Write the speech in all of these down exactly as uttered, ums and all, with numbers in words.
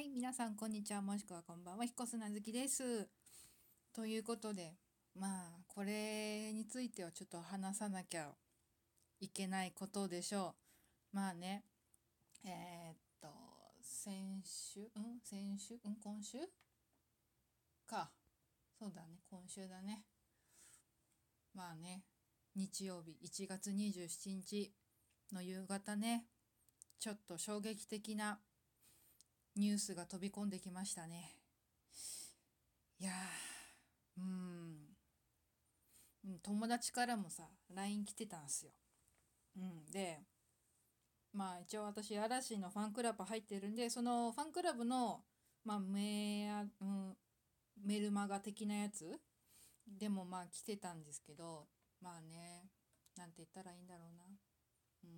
い、皆さんこんにちは、もしくはこんばんは、彦砂月です。ということで、まあ、これについてはちょっと話さなきゃいけないことでしょう。まあね、えーっと、先週、うん先週、うん今週か。そうだね、今週だね。まあね、日曜日、いちがつにじゅうしちにちの夕方ね、ちょっと衝撃的なニュースが飛び込んできましたね。いやー、うーん。うん、友達からもさ ライン 来てたんすよ。うん、でまあ一応私嵐のファンクラブ入ってるんで、そのファンクラブのまあメア、うん、メルマガ的なやつでもまあ来てたんですけど、まあね、なんて言ったらいいんだろうな。うん、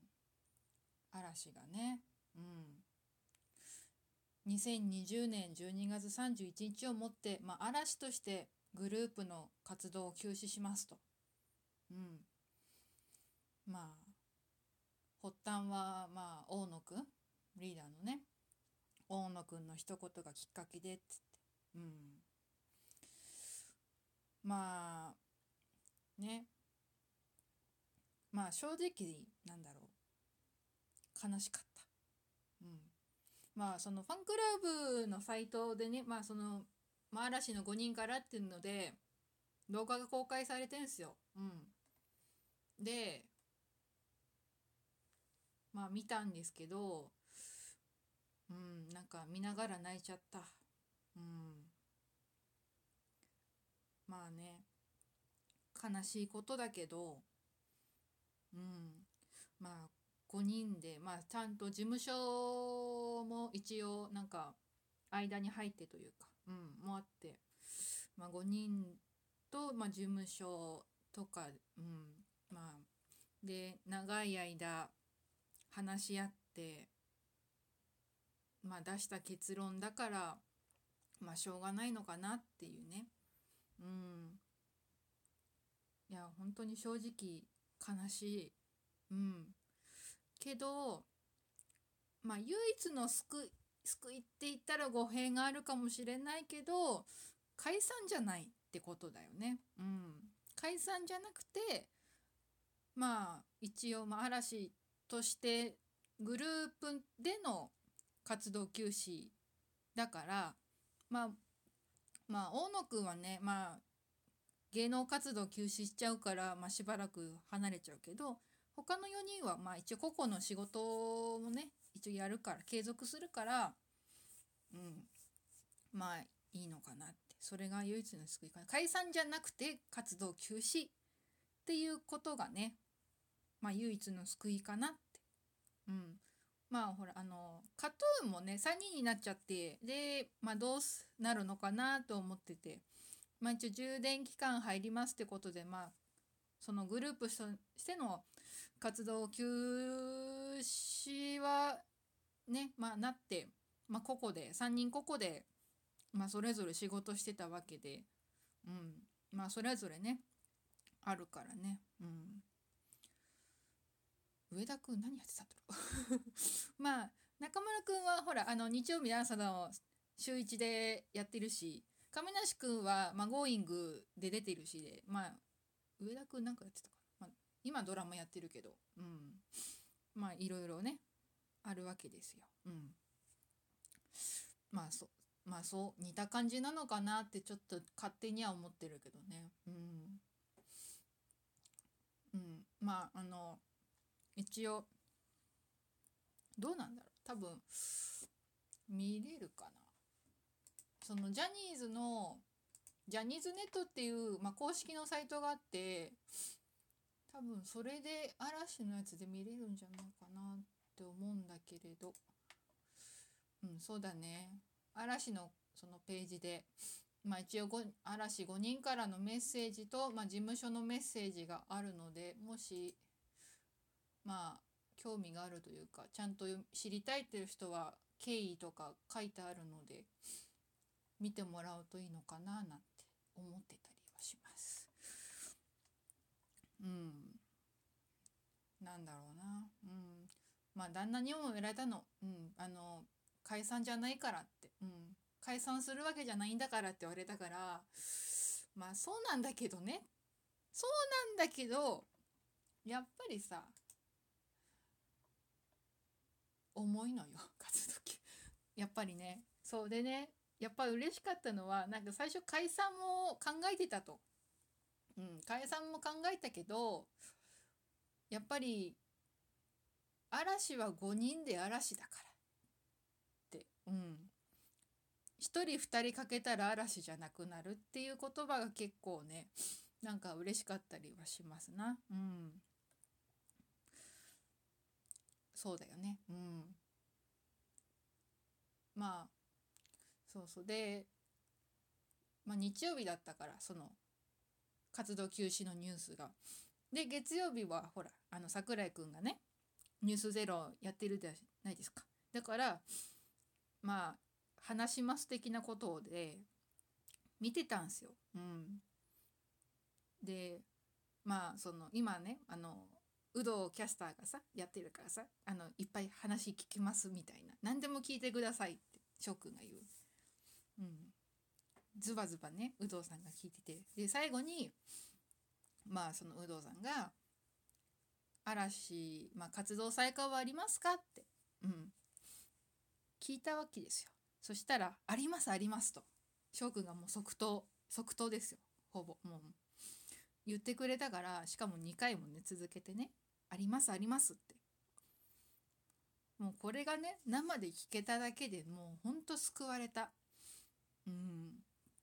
嵐がね、うん、にせんにじゅうねんじゅうにがつさんじゅういちにちをもって、まあ、嵐としてグループの活動を休止しますと。うん、まあ発端はまあ大野くん、リーダーのね、大野くんの一言がきっかけでっつって、うん、まあね、まあ正直なんだろう、悲しかった。うん、まあそのファンクラブのサイトでね、まあその、まあ、嵐のごにんからっていうので動画が公開されてんすよ。うん、でまあ見たんですけど、うん、なんか見ながら泣いちゃった。うん、まあね、悲しいことだけど、うん、まあごにんで、まあ、ちゃんと事務所も一応なんか間に入ってというか、うん、もあって、まあ、ごにんと、まあ、事務所とか、うん、まあで長い間話し合って、まあ、出した結論だから、まあ、しょうがないのかなっていうね。うん、いや本当に正直悲しい。うん、けどまあ唯一の救い、救いって言ったら語弊があるかもしれないけど、解散じゃないってことだよね。うん。解散じゃなくて、まあ一応まあ嵐としてグループでの活動休止だから、まあまあ大野くんはね、まあ芸能活動休止しちゃうから、まあ、しばらく離れちゃうけど、他のよにんはまあ一応個々の仕事もね一応やるから継続するから、うん、まあいいのかなって。それが唯一の救いかな。解散じゃなくて活動休止っていうことがね、まあ唯一の救いかなって。うん。まあほらあのカトゥーンもねさんにんになっちゃって、でまあどうなるのかなと思ってて、まあ一応充電期間入りますってことで、まあそのグループとしての活動休止はね、まあなって、まあ個々でさんにん個々でまあそれぞれ仕事してたわけで、うん、まあそれぞれねあるからね、うん、上田くん何やってたんだろうまあ中村くんはほらあの日曜日の朝の週一でやってるし、亀梨くんは、まあ、ゴーイングで出てるしで、まあ上田くんなんかやってたかな、まあ、今ドラマやってるけど、うん、まあいろいろねあるわけですよ。うん、まあそうまあそう似た感じなのかなってちょっと勝手には思ってるけどね。うん、うん、まああの一応どうなんだろう、多分見れるかな。そのジャニーズのジャニーズネットっていう、まあ、公式のサイトがあって、多分それで嵐のやつで見れるんじゃないかなって思うんだけれど、うんそうだね、嵐のそのページで、まあ、一応ご嵐ごにんからのメッセージと、まあ、事務所のメッセージがあるので、もしまあ興味があるというかちゃんと知りたいという人は経緯とか書いてあるので見てもらうといいのかななんて思ってたりはします。うん、なんだろうな。うん、まあ旦那にも言われたの。うん、あの解散じゃないからって、うん、解散するわけじゃないんだからって言われたから、まあそうなんだけどね、そうなんだけど、やっぱりさ、重いのよ活動期やっぱりね。そうでね、やっぱ嬉しかったのは、なんか最初解散も考えてたと、うん、解散も考えたけど、やっぱり嵐はごにんで嵐だからって、うん、ひとりふたりかけたら嵐じゃなくなるっていう言葉が結構ね、なんか嬉しかったりはしますな。うん、そうだよね。うん、まあそうそうで、まあ、日曜日だったから、その活動休止のニュースが。で月曜日はほら、あの桜井くんがねニュースゼロやってるじゃないですか。だからまあ話します的なことで見てたんですよ。うん、でまあその今ね、あの有働キャスターがさやってるからさ、あのいっぱい話聞きますみたいな、何でも聞いてくださいって翔くんが言う。うん、ズバズバね有働さんが聞いてて、で最後にまあその有働さんが嵐、まあ、活動再開はありますかって、うん、聞いたわけですよ。そしたらありますありますと翔くんがもう即答即答ですよ。ほぼもう言ってくれたから、しかもにかいもね続けてね、ありますありますって、もうこれがね生で聞けただけでもうほんと救われた。うん、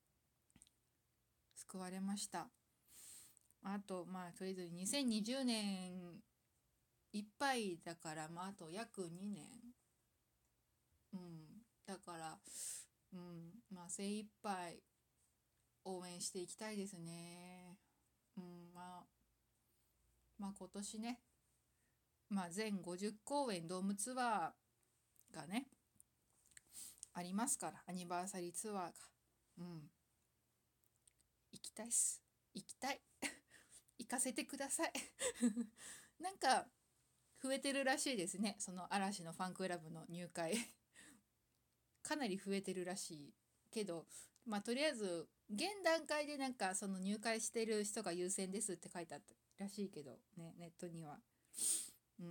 救われました。あとまあとりあえずにせんにじゅうねんいっぱいだから、まああと約にねん、うん、だから、うん、まあ精一杯応援していきたいですね。うん、まあまあ今年ね、まあ全ごじゅっこうえんドームツアーがねありますから、アニバーサリーツアーが、うん、行きたいっす。行きたい行かせてくださいなんか増えてるらしいですね、その嵐のファンクラブの入会かなり増えてるらしいけど、まあとりあえず現段階でなんかその入会してる人が優先ですって書いてあったらしいけどね、ネットには。うん、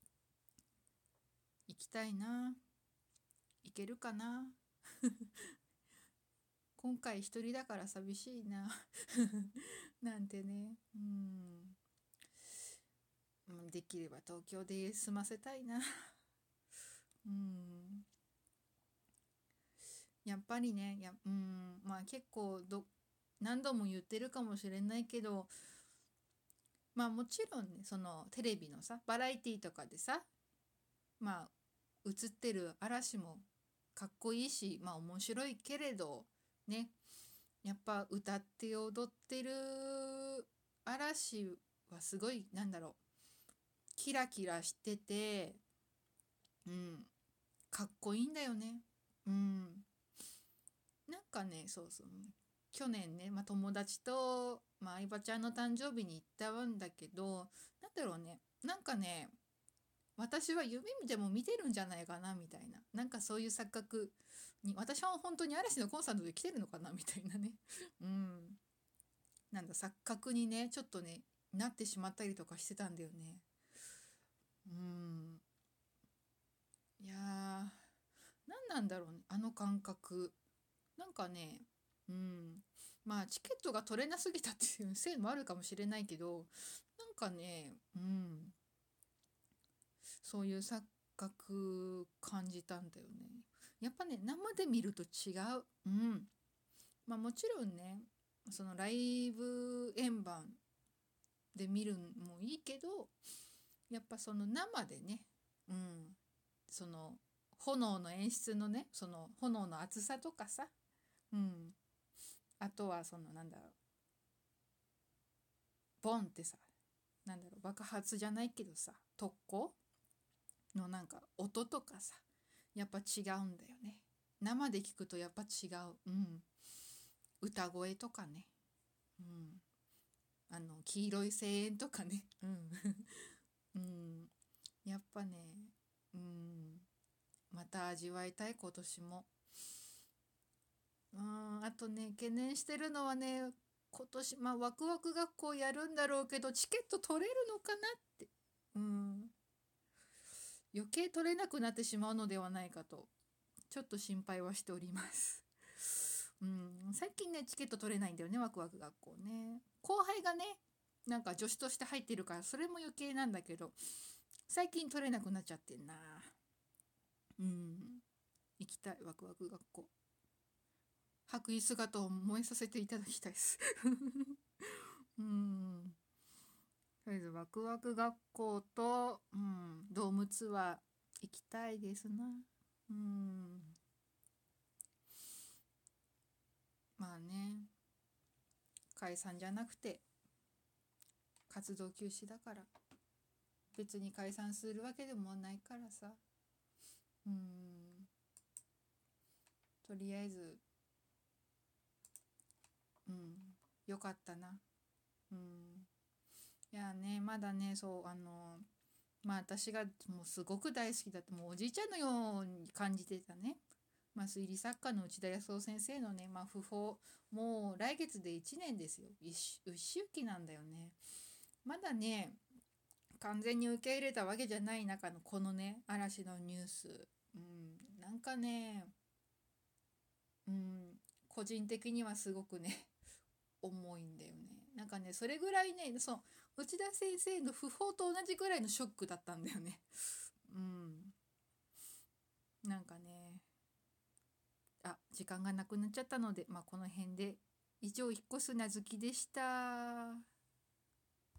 行きたいな。行けるかな今回一人だから寂しいななんてね。うん、できれば東京で済ませたいなうん、やっぱりね、や、うん、まあ結構ど何度も言ってるかもしれないけど、まあもちろんね、そのテレビのさバラエティとかでさ、まあ映ってる嵐もかっこいいし、まあ面白いけれどね、やっぱ歌って踊ってる嵐はすごい、なんだろう、キラキラしてて、うん、かっこいいんだよね。うん、なんかね、そうそう、去年ね、まあ、友達と、まあ、相葉ちゃんの誕生日に行ったんだけど、なんだろうね、なんかね、私は夢でも見てるんじゃないかなみたいな、なんかそういう錯覚に、私は本当に嵐のコンサートで来てるのかなみたいなねうん、なんだ、錯覚にねちょっとねなってしまったりとかしてたんだよね。うん、いやー、何なんだろうねあの感覚。なんかね、うん、まあチケットが取れなすぎたっていうせいもあるかもしれないけど、なんかね、うん、そういう錯覚感じたんだよね。やっぱね生で見ると違う。うん、まあもちろんね、そのライブ円盤で見るのもいいけど、やっぱその生でね、うん、その炎の演出のね、その炎の厚さとかさ、うん、あとはそのなんだろう、ボンってさ、なんだろう、爆発じゃないけどさ、特攻のなんか音とかさ、やっぱ違うんだよね。生で聞くとやっぱ違う。うん、歌声とかね、うん、あの黄色い声援とかね、うんうん、やっぱね、うん、 また味わいたい今年も。うん、あとね、懸念してるのはね、今年、まあ、ワクワク学校やるんだろうけど、チケット取れるのかなって。うん。余計取れなくなってしまうのではないかと、ちょっと心配はしております。うん、最近ね、チケット取れないんだよね、ワクワク学校ね。後輩がね、なんか助手として入ってるから、それも余計なんだけど、最近取れなくなっちゃってんな。うん。行きたい、ワクワク学校。白衣姿を燃えさせていただきたいです。うん。とりあえずワクワク学校と、うん、ドームツアー行きたいですな。うん。まあね、解散じゃなくて活動休止だから、別に解散するわけでもないからさ。うん。とりあえず、うん、よかったな。うん。いやね、まだね、そう、あの、まあ私がもうすごく大好きだって、もうおじいちゃんのように感じてたね。まあ、推理作家の内田康夫先生のね、まあ、訃報、もう来月でいちねんですよ。一周期なんだよね。まだね、完全に受け入れたわけじゃない中のこのね、嵐のニュース。うん、なんかね、うん、個人的にはすごくね、重いんだよね。なんかね、それぐらいね、そう、内田先生の訃報と同じぐらいのショックだったんだよね。うん、なんかね、あ、時間がなくなっちゃったので、まあ、この辺で以上、引っ越すなずきでした。